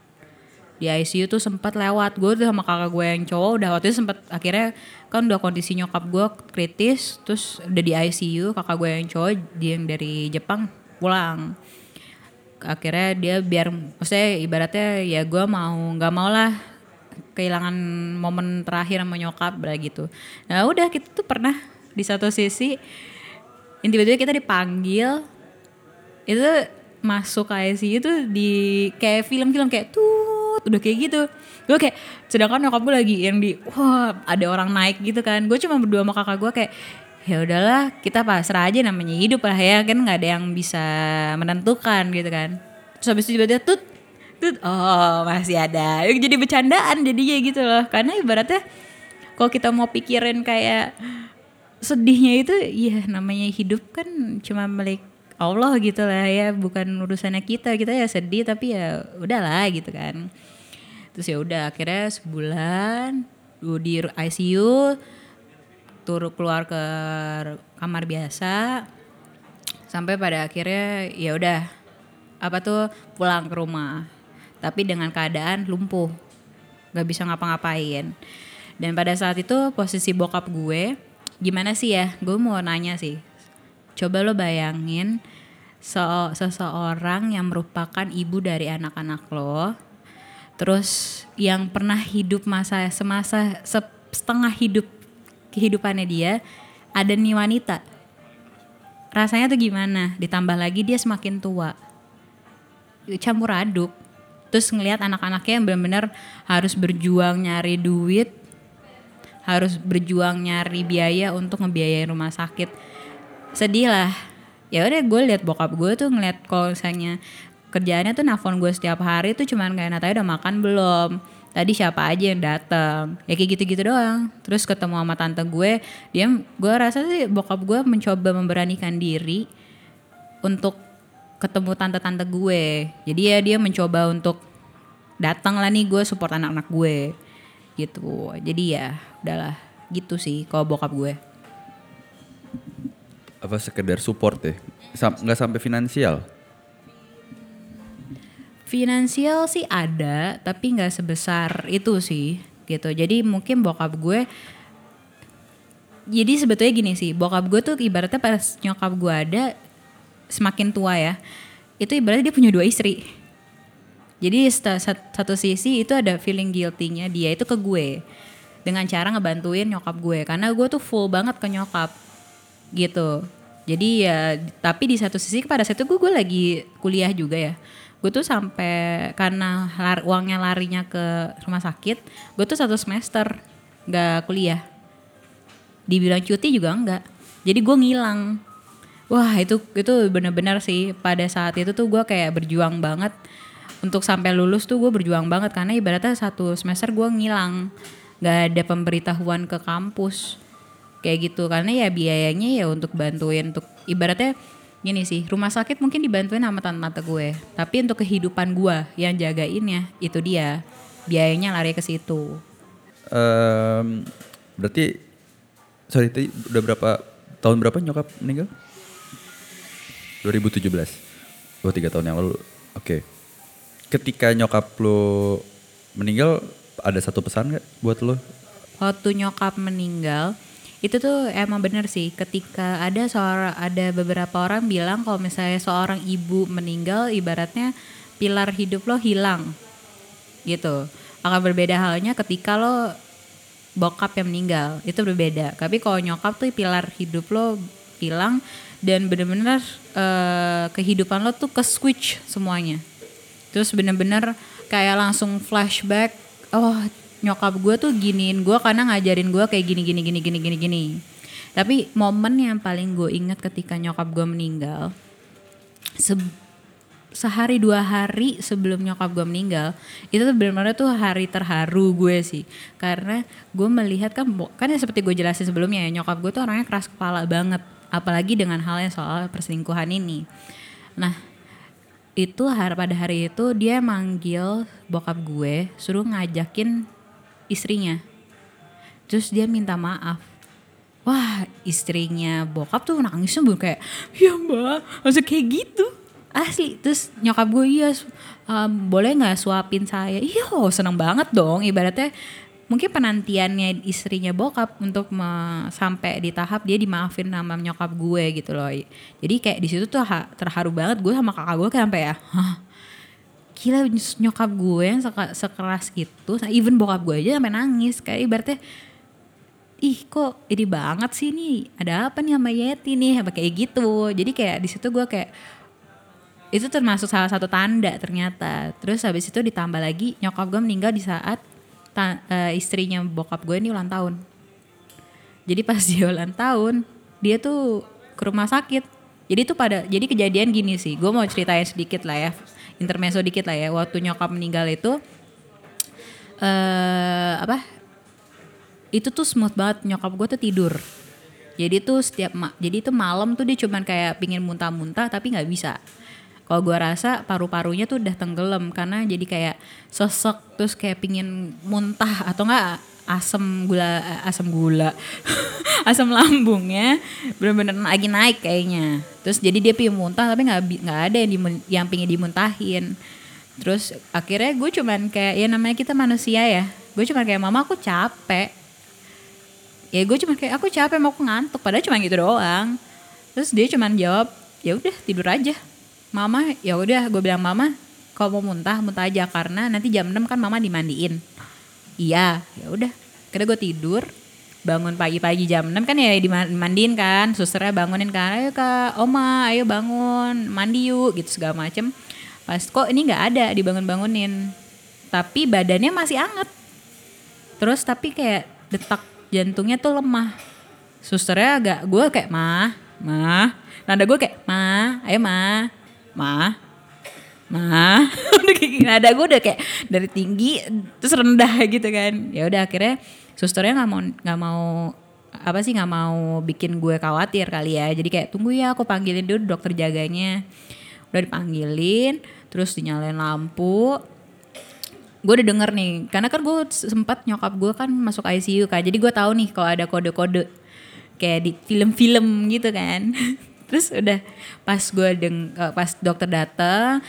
Speaker 2: Di ICU tuh sempat lewat, gue tuh sama kakak gue yang cowok udah waktu itu sempat, akhirnya kan udah kondisi nyokap gue kritis, terus udah di ICU, kakak gue yang cowok dia yang dari Jepang pulang. Akhirnya dia biar, maksudnya ibaratnya ya gue nggak mau lah kehilangan momen terakhir sama nyokap lah gitu. Nah udah kita tuh pernah di satu sisi tiba-tiba kita dipanggil, itu masuk ke ICU tuh di kayak film-film kayak tuh udah kayak gitu. Gue kayak, sedangkan nyokap gue lagi yang di wah ada orang naik gitu kan. Gue cuma berdua sama kakak gue kayak ya udahlah kita pasrah aja, namanya hidup lah ya kan, nggak ada yang bisa menentukan gitu kan. Terus habis itu tiba-tiba tut oh masih ada, jadi bercandaan jadinya gitu loh. Karena ibaratnya kalau kita mau pikirin kayak sedihnya itu ya namanya hidup kan cuma milik Allah gitu lah ya, bukan urusannya kita ya sedih tapi ya udahlah gitu kan. Terus ya udah akhirnya sebulan di ICU, turun keluar ke kamar biasa, sampai pada akhirnya ya udah pulang ke rumah, tapi dengan keadaan lumpuh, nggak bisa ngapa-ngapain. Dan pada saat itu posisi bokap gue gimana sih ya, gue mau nanya sih, coba lo bayangin seseorang yang merupakan ibu dari anak-anak lo, terus yang pernah hidup setengah hidup kehidupannya dia ada nih wanita, rasanya tuh gimana? Ditambah lagi dia semakin tua, campur aduk. Terus ngelihat anak-anaknya yang benar-benar harus berjuang nyari duit, harus berjuang nyari biaya untuk ngebiayain rumah sakit. Sedih lah. Ya udah gue lihat bokap gue tuh ngeliat kalau misalnya kerjaannya tuh nelfon gue setiap hari tuh cuman kayak Natanya udah makan belum, tadi siapa aja yang datang, ya kayak gitu-gitu doang. Terus ketemu sama tante gue, gue rasa sih bokap gue mencoba memberanikan diri untuk ketemu tante-tante gue. Jadi ya dia mencoba untuk datang lah nih, gue support anak-anak gue gitu. Jadi ya udahlah gitu sih kalau bokap gue.
Speaker 1: Apa sekedar support ya? Nggak sampai finansial?
Speaker 2: Finansial sih ada, tapi nggak sebesar itu sih gitu. Jadi mungkin bokap gue, jadi sebetulnya gini sih, bokap gue tuh ibaratnya pas nyokap gue ada, semakin tua ya, itu ibaratnya dia punya 2 istri. Jadi satu sisi itu ada feeling guilty-nya dia itu ke gue dengan cara ngebantuin nyokap gue, karena gue tuh full banget ke nyokap gitu. Jadi ya, tapi di satu sisi pada saat itu gue lagi kuliah juga ya. Gue tuh sampai karena uangnya larinya ke rumah sakit, gue tuh 1 semester nggak kuliah. Dibilang cuti juga enggak. Jadi gue ngilang. Wah itu benar-benar sih, pada saat itu tuh gue kayak berjuang banget untuk sampai lulus tuh gue berjuang banget, karena ibaratnya 1 semester gue ngilang, nggak ada pemberitahuan ke kampus kayak gitu, karena ya biayanya ya untuk bantuin untuk ibaratnya gini sih, rumah sakit mungkin dibantuin sama tante-tante gue, tapi untuk kehidupan gue yang jagainnya itu dia biayanya lari ke situ.
Speaker 1: Berarti sorry tadi udah tahun berapa nyokap meninggal? 2017. 3 tahun yang lalu. Oke. Ketika nyokap lo meninggal, ada satu pesan gak buat lo?
Speaker 2: Waktu nyokap meninggal, itu tuh emang bener sih, ketika ada beberapa orang bilang kalau misalnya seorang ibu meninggal, ibaratnya pilar hidup lo hilang gitu. Akan berbeda halnya ketika lo bokap yang meninggal, itu berbeda. Tapi kalau nyokap tuh pilar hidup lo hilang, dan bener-bener kehidupan lo tuh ke switch semuanya. Terus bener-bener kayak langsung flashback, oh nyokap gue tuh giniin gue karena ngajarin gue kayak gini. Tapi momen yang paling gue ingat ketika nyokap gue meninggal, sehari 2 hari sebelum nyokap gue meninggal, itu tuh benar-benar tuh hari terharu gue sih, karena gue melihat kan ya seperti gue jelasin sebelumnya ya, nyokap gue tuh orangnya keras kepala banget, apalagi dengan hal yang soal perselingkuhan ini. Nah itu pada hari itu dia manggil bokap gue, suruh ngajakin istrinya, terus dia minta maaf. Wah istrinya bokap tuh nangisnya kayak, ya mbak maksud kayak gitu asli. Terus nyokap gue, iya boleh gak suapin saya? Iya seneng banget dong, ibaratnya mungkin penantiannya istrinya bokap untuk sampai di tahap dia dimaafin sama nyokap gue gitu loh. Jadi kayak di situ tuh terharu banget gue sama kakak gue, kayak sampai ya, gila nyokap gue yang sekeras itu, even bokap gue aja sampai nangis, kayak ibaratnya ih kok ini banget sih nih, ada apa nih sama Yeti nih, apa kayak gitu. Jadi kayak di situ gue kayak itu termasuk salah satu tanda ternyata. Terus habis itu ditambah lagi nyokap gue meninggal di saat istrinya bokap gue ini ulang tahun. Jadi pas dia ulang tahun, dia tuh ke rumah sakit. Jadi kejadian gini sih, gue mau ceritain sedikit lah ya, intermezzo dikit lah ya. Waktu nyokap meninggal itu itu tuh smooth banget, nyokap gue tuh tidur. Jadi tuh jadi tuh malam tuh dia cuman kayak pingin muntah-muntah tapi nggak bisa. Kalau gue rasa paru-parunya tuh udah tenggelam karena jadi kayak sesek, terus kayak pingin muntah atau enggak asam gula asam lambungnya bener-bener lagi naik kayaknya. Terus jadi dia pingin muntah tapi nggak ada yang pingin dimuntahin. Terus akhirnya gue cuman kayak, ya namanya kita manusia ya, gue cuman kayak, mama aku capek. Ya gue cuman kayak, aku capek, mau aku ngantuk, padahal cuma gitu doang. Terus dia cuman jawab, ya udah tidur aja. Mama, ya udah, gue bilang, mama kalau mau muntah aja karena nanti jam 6 kan mama dimandiin. Iya, ya udah. Akhirnya gue tidur, bangun pagi-pagi jam 6 kan ya dimandiin kan, susternya bangunin kan, ayo kak, oma, ayo bangun, mandi yuk, gitu segala macem. Pas kok ini nggak ada dibangun-bangunin, tapi badannya masih anget. Terus tapi kayak detak jantungnya tuh lemah. Susternya gue kayak mah, nada gue kayak ayo mah, udah kayak nada gue udah kayak dari tinggi terus rendah gitu kan. Ya udah akhirnya susternya nggak mau bikin gue khawatir kali ya. Jadi kayak tunggu ya, aku panggilin dulu dokter jaganya. Udah dipanggilin, terus dinyalain lampu. Gue udah denger nih, karena kan gue sempat nyokap gue kan masuk ICU kan, jadi gue tahu nih kalau ada kode-kode kayak di film-film gitu kan. Terus udah pas dokter datang,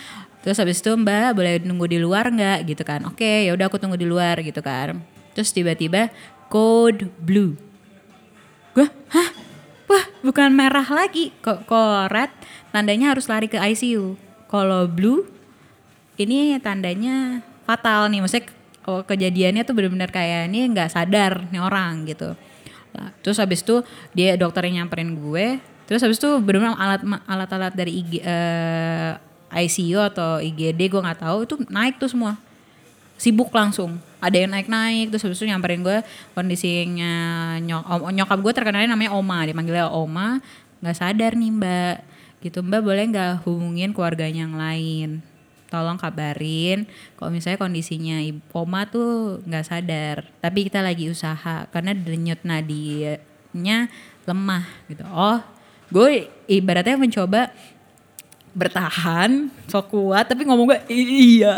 Speaker 2: Terus habis itu Mbak boleh nunggu di luar nggak gitu kan. Oke ya udah aku tunggu di luar gitu kan. Terus tiba-tiba code blue. Gue hah? Wah bukan merah lagi. Kok red tandanya harus lari ke ICU. Kalau blue ini tandanya fatal nih. Maksudnya kejadiannya tuh benar-benar kayak ini nggak sadar nih orang gitu. Nah, terus habis itu dia dokternya nyamperin gue. Terus habis itu benar-benar alat-alat dari ICU atau IGD gue nggak tahu itu naik tuh semua, sibuk langsung, ada yang naik terus habis itu nyamperin gue kondisinya nyokap gue terkenalnya namanya Oma, dipanggilnya Oma, nggak sadar nih Mbak, gitu Mbak boleh nggak hubungin keluarganya yang lain, tolong kabarin kalau misalnya kondisinya Oma tuh nggak sadar, tapi kita lagi usaha karena denyut nadinya lemah gitu. Oh, gue ibaratnya mencoba bertahan, sok kuat, tapi ngomong gue iya.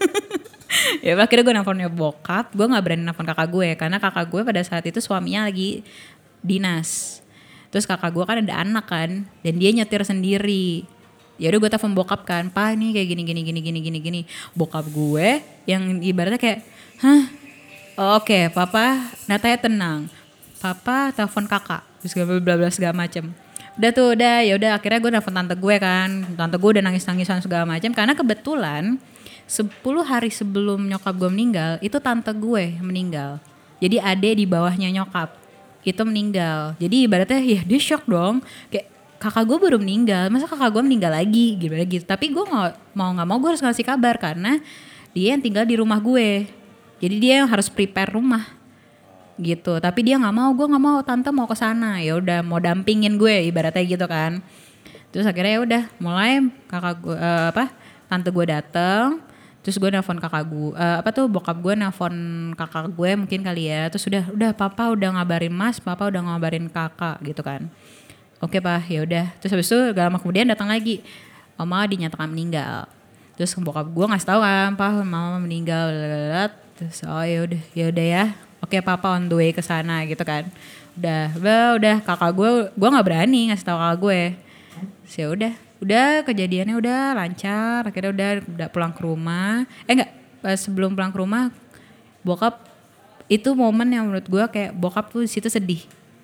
Speaker 2: Ya akhirnya gue nelfonnya bokap, gue gak berani nelfon kakak gue, karena kakak gue pada saat itu suaminya lagi dinas. Terus kakak gue kan ada anak kan, dan dia nyetir sendiri. Ya udah gue telepon bokap kan, Pak ini kayak gini. Bokap gue yang ibaratnya kayak, hah, oke, papa natanya tenang. Papa telepon kakak, terus bla bla segala macem. Udah ya udah akhirnya gue nelfon tante gue kan. Tante gue udah nangis-nangisan segala macam karena kebetulan 10 hari sebelum nyokap gue meninggal itu tante gue meninggal. Jadi adek di bawahnya nyokap itu meninggal. Jadi ibaratnya ya dia shock dong. Kayak kakak gue baru meninggal, masa kakak gue meninggal lagi gitu. Tapi gue nggak mau gue harus ngasih kabar karena dia yang tinggal di rumah gue. Jadi dia yang harus prepare rumah gitu, tapi dia nggak mau, tante mau ke sana, ya udah mau dampingin gue ibaratnya gitu kan. Terus akhirnya ya udah mulai kakak gue tante gue dateng, terus gue nelfon kakak gue bokap gue nelfon kakak gue mungkin kali ya, terus udah papa udah ngabarin mas, papa udah ngabarin kakak gitu kan. Oke pak, ya udah. Terus habis itu gak lama kemudian datang lagi, mama dinyatakan meninggal. Terus bokap gue ngasih tahu kan, pak mama meninggal. Terus oh ya udah ya. Oke papa on the way ke sana gitu kan. Udah kakak gue nggak berani ngasih tahu kakak gue. Ya udah kejadiannya udah lancar. Akhirnya udah pulang ke rumah. Sebelum pulang ke rumah, bokap itu momen yang menurut gue kayak bokap tuh situ sedih.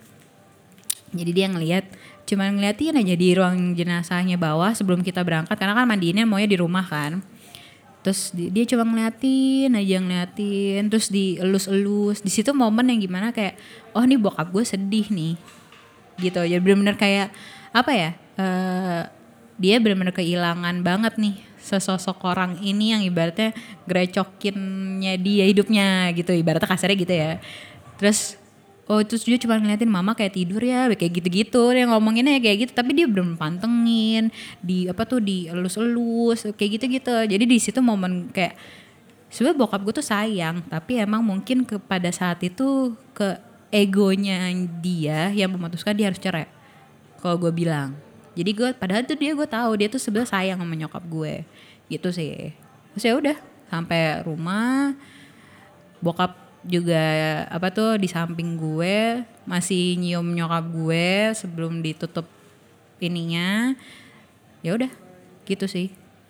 Speaker 2: Jadi dia ngeliatin aja di ruang jenazahnya bawah sebelum kita berangkat karena kan mandiinnya maunya di rumah kan. Terus dia cuma ngeliatin, terus dielus-elus. Di situ momen yang gimana kayak, oh nih bokap gue sedih nih, gitu. Jadi benar-benar kayak apa ya? Dia benar-benar kehilangan banget nih sesosok orang ini yang ibaratnya grecokinnya dia hidupnya gitu, ibaratnya kasarnya gitu ya. Terus terus dia cuma ngeliatin mama kayak tidur ya, kayak gitu-gitu. Dia ngomonginnya kayak gitu, tapi dia belum pantengin, dielus-elus kayak gitu-gitu. Jadi di situ momen kayak sebenarnya bokap gue tuh sayang, tapi emang mungkin pada saat itu ke egonya dia yang memutuskan dia harus cerai. Kalau gue bilang. Jadi padahal tuh gue tahu dia tuh sebenarnya sayang sama nyokap gue. Gitu sih. Terus ya udah sampai rumah, bokap juga di samping gue masih nyium nyokap gue sebelum ditutup ininya. Ya udah gitu sih.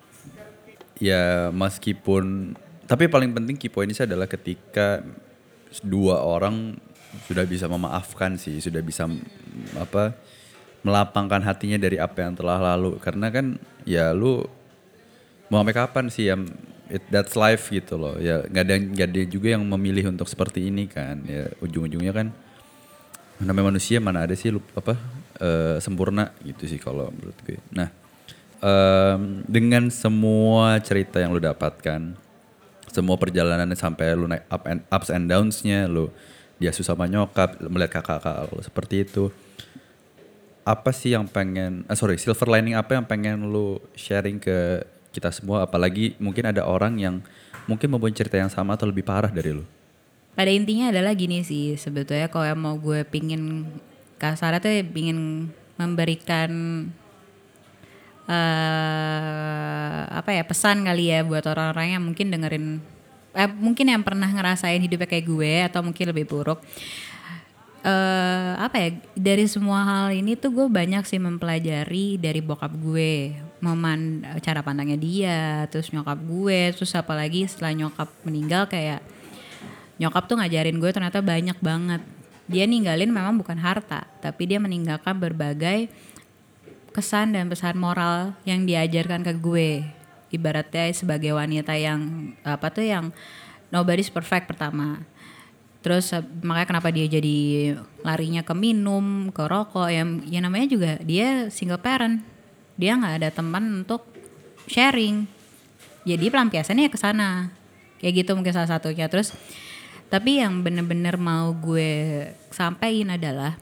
Speaker 1: Ya meskipun, tapi paling penting key point ini adalah ketika dua orang sudah bisa memaafkan sih, sudah bisa melapangkan hatinya dari apa yang telah lalu. Karena kan ya lu mau sampai kapan sih ya, that's life gitu loh. Ya nggak ada juga yang memilih untuk seperti ini kan. Ya ujung-ujungnya kan namanya manusia, mana ada sih sempurna gitu sih kalau menurut gue. Nah, dengan semua cerita yang lu dapatkan, semua perjalanannya sampai lu naik ups and downs-nya, lu dia susah sama nyokap, melihat kakak-kakak lu seperti itu. Apa sih yang silver lining apa yang pengen lu sharing ke kita semua, apalagi mungkin ada orang yang mungkin mempunyai cerita yang sama atau lebih parah dari lu?
Speaker 2: Pada intinya adalah gini sih, sebetulnya kalau yang mau gue pingin kasarnya tuh pingin memberikan pesan kali ya buat orang-orang yang mungkin dengerin, mungkin yang pernah ngerasain hidupnya kayak gue atau mungkin lebih buruk. Dari semua hal ini tuh gue banyak sih mempelajari dari bokap gue. cara pandangnya dia, terus nyokap gue, terus apalagi setelah nyokap meninggal kayak nyokap tuh ngajarin gue ternyata banyak banget. Dia ninggalin memang bukan harta, tapi dia meninggalkan berbagai kesan dan pesan moral yang diajarkan ke gue. Ibaratnya sebagai wanita yang yang nobody's perfect pertama. Terus makanya kenapa dia jadi larinya ke minum, ke rokok, yang namanya juga dia single parent. Dia nggak ada teman untuk sharing. Jadi pelampiasannya ke sana. Kayak gitu mungkin salah satunya. Terus tapi yang bener-bener mau gue sampein adalah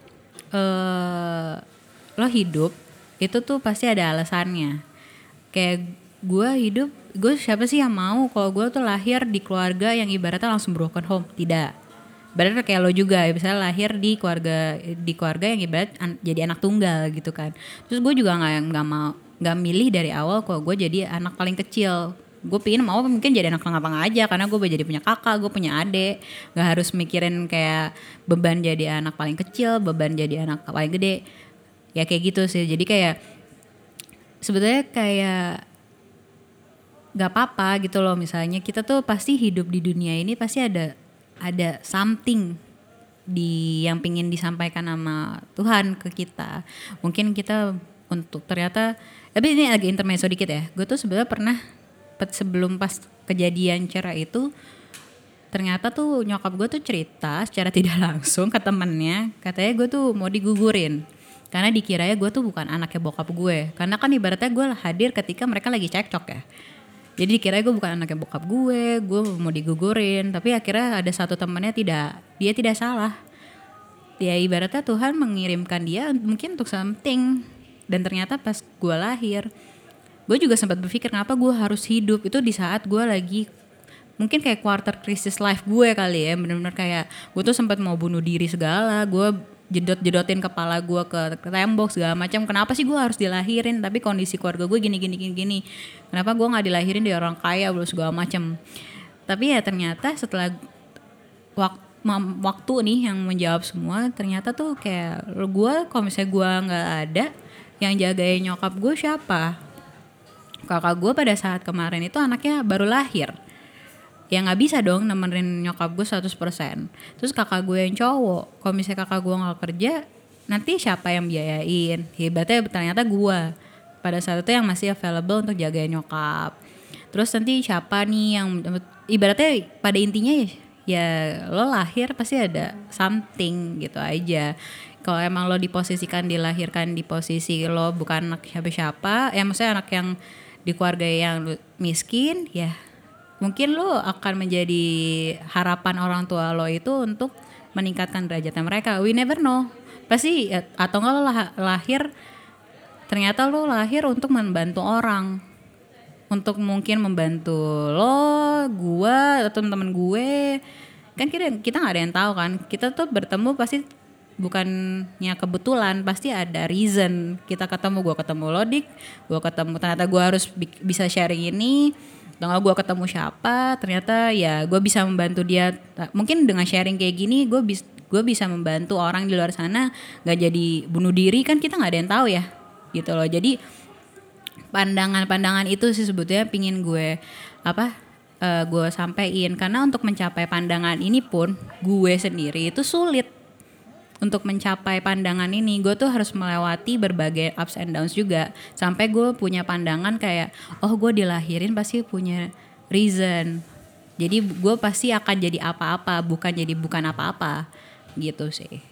Speaker 2: lo hidup itu tuh pasti ada alasannya. Kayak gue siapa sih yang mau kalau gue tuh lahir di keluarga yang ibaratnya langsung broken home? Tidak. Ibaratnya kayak lo juga, misalnya lahir di keluarga yang ibarat jadi anak tunggal gitu kan. Terus gue juga nggak milih dari awal kalau gue jadi anak paling kecil. Gue mau mungkin jadi anak tengah-tengah aja karena gue jadi punya kakak, gue punya adik. Nggak harus mikirin kayak beban jadi anak paling kecil, beban jadi anak paling gede. Ya kayak gitu sih. Jadi kayak sebetulnya kayak gak apa-apa gitu loh, misalnya kita tuh pasti hidup di dunia ini pasti ada something yang pingin disampaikan sama Tuhan ke kita. Mungkin kita untuk ternyata, tapi ini lagi intermezzo dikit ya. Gue tuh sebenarnya pernah sebelum pas kejadian cerai itu, ternyata tuh nyokap gue tuh cerita secara tidak langsung ke temennya, katanya gue tuh mau digugurin. Karena dikiranya gue tuh bukan anaknya bokap gue. Karena kan ibaratnya gue hadir ketika mereka lagi cekcok ya. Jadi dikira gue bukan anaknya bokap gue mau digugurin. Tapi akhirnya ada satu temannya dia tidak salah. Ya ibaratnya Tuhan mengirimkan dia mungkin untuk something. Dan ternyata pas gue lahir, gue juga sempat berpikir kenapa gue harus hidup itu di saat gue lagi mungkin kayak quarter crisis life gue kali ya. Bener-bener kayak gue tuh sempat mau bunuh diri segala. Gue jedotin kepala gue ke tembok segala macam. Kenapa sih gue harus dilahirin? Tapi kondisi keluarga gue gini. Kenapa gue nggak dilahirin di orang kaya belum segala macam? Tapi ya ternyata setelah waktu nih yang menjawab semua, ternyata tuh kayak gue kalau misalnya gue nggak ada, yang jagain nyokap gue siapa? Kakak gue pada saat kemarin itu anaknya baru lahir. Ya gak bisa dong nemenin nyokap gue 100%. Terus kakak gue yang cowok, kalau misalnya kakak gue gak kerja, nanti siapa yang biayain? Hebatnya ternyata gue pada saat itu yang masih available untuk jagain nyokap. Terus nanti siapa nih yang ibaratnya pada intinya ya lo lahir pasti ada something gitu aja. Kalau emang lo dilahirkan di posisi lo bukan anak siapa-siapa, ya maksudnya anak yang di keluarga yang miskin, ya mungkin lo akan menjadi harapan orang tua lo itu untuk meningkatkan derajatnya mereka. We never know. Pasti atau enggak lo ternyata lo lahir untuk membantu orang. Untuk mungkin membantu lo, gue atau teman-teman gue. Kan kita gak ada yang tahu kan. Kita tuh bertemu pasti bukannya kebetulan, pasti ada reason. Kita ketemu, gue ketemu lo Dik, gue ketemu ternyata gue harus bisa sharing ini. Tengah gue ketemu siapa, ternyata ya gue bisa membantu dia. Mungkin dengan sharing kayak gini gue bisa membantu orang di luar sana gak jadi bunuh diri, kan kita gak ada yang tahu ya gitu loh. Jadi pandangan-pandangan itu sih sebetulnya pingin gue gue sampein. Karena untuk mencapai pandangan ini pun gue sendiri itu sulit. Untuk mencapai pandangan ini gue tuh harus melewati berbagai ups and downs juga. Sampai gue punya pandangan kayak gue dilahirin pasti punya reason. Jadi gue pasti akan jadi apa-apa, bukan apa-apa gitu sih.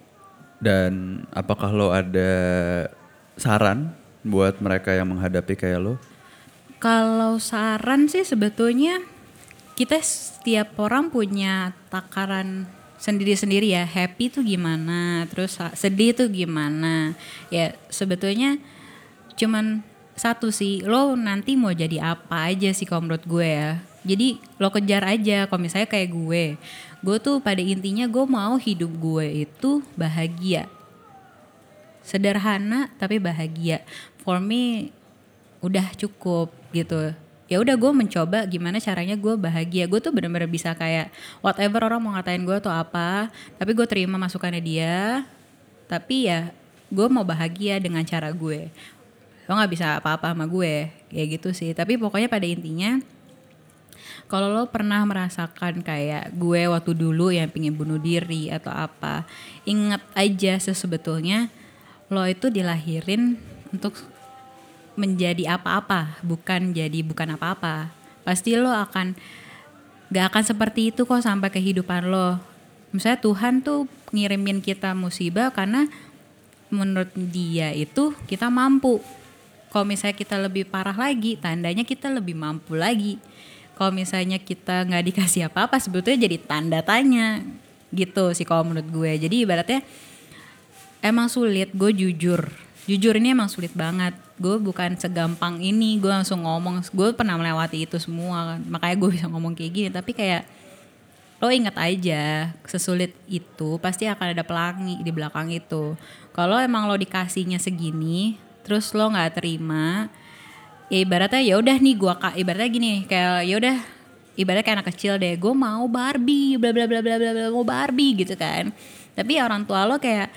Speaker 1: Dan apakah lo ada saran buat mereka yang menghadapi kayak lo?
Speaker 2: Kalau saran sih sebetulnya kita setiap orang punya takaran sendiri-sendiri ya. Happy tuh gimana, terus sedih tuh gimana. Ya sebetulnya cuman satu sih, lo nanti mau jadi apa aja sih kalau menurut gue ya. Jadi lo kejar aja. Kalau misalnya kayak gue tuh pada intinya gue mau hidup gue itu bahagia. Sederhana tapi bahagia. For me udah cukup gitu. Ya udah gue mencoba gimana caranya gue bahagia. Gue tuh benar-benar bisa kayak whatever orang mau ngatain gue tuh apa, tapi gue terima masukannya dia. Tapi ya gue mau bahagia dengan cara gue. lo nggak bisa apa-apa sama gue, kayak gitu sih. Tapi pokoknya pada intinya, kalau lo pernah merasakan kayak gue waktu dulu yang pingin bunuh diri atau apa, ingat aja sebetulnya lo itu dilahirin untuk menjadi apa-apa, bukan apa-apa. Pasti lo gak akan seperti itu kok sampai kehidupan lo. Misalnya Tuhan tuh ngirimin kita musibah karena menurut dia itu kita mampu. Kalau misalnya kita lebih parah lagi, tandanya kita lebih mampu lagi. Kalau misalnya kita nggak dikasih apa-apa, sebetulnya jadi tanda tanya gitu sih kalau menurut gue. Jadi ibaratnya emang sulit, gue jujur ini emang sulit banget. Gue bukan segampang ini, gue langsung ngomong. Gue pernah melewati itu semua, makanya gue bisa ngomong kayak gini. Tapi kayak lo ingat aja, sesulit itu pasti akan ada pelangi di belakang itu. Kalau emang lo dikasihnya segini, terus lo nggak terima, ya ibaratnya ya udah nih ibaratnya gini, kayak ya udah ibaratnya kayak anak kecil deh, gue mau Barbie, bla bla bla bla bla bla, mau Barbie gitu kan. Tapi orang tua lo kayak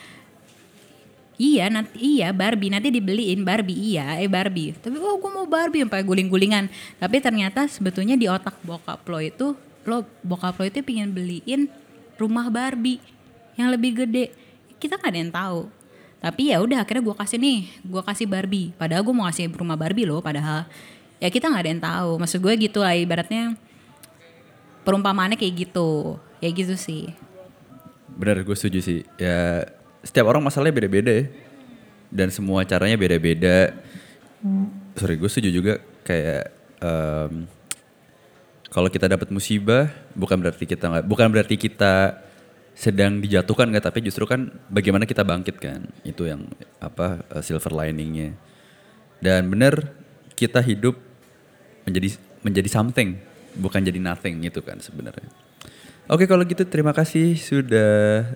Speaker 2: iya Barbie nanti dibeliin Barbie Barbie. Tapi gue mau Barbie sampai guling-gulingan. Tapi ternyata sebetulnya di otak bokap lo itu pingin beliin rumah Barbie yang lebih gede. Kita nggak ada yang tahu. Tapi ya udah akhirnya gue kasih Barbie. Padahal gue mau kasih rumah Barbie loh. Padahal ya kita nggak ada yang tahu. Maksud gue gitu lah ibaratnya perumpamaannya kayak gitu sih.
Speaker 1: Benar, gue setuju sih. Ya setiap orang masalahnya beda-beda ya. Dan semua caranya beda-beda. Gue setuju juga kayak kalau kita dapat musibah bukan berarti kita sedang dijatuhkan nggak, tapi justru kan bagaimana kita bangkit kan. Itu yang silver liningnya. Dan benar kita hidup menjadi something, bukan jadi nothing gitu kan sebenarnya. Oke, kalau gitu terima kasih sudah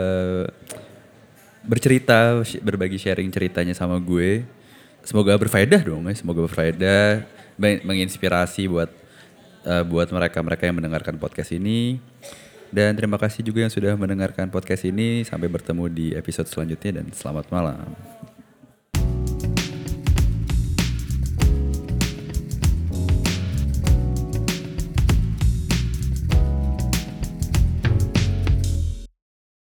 Speaker 1: berbagi sharing ceritanya sama gue. Semoga berfaedah dong ya, semoga berfaedah, menginspirasi buat mereka yang mendengarkan podcast ini. Dan terima kasih juga yang sudah mendengarkan podcast ini. Sampai bertemu di episode selanjutnya dan selamat malam.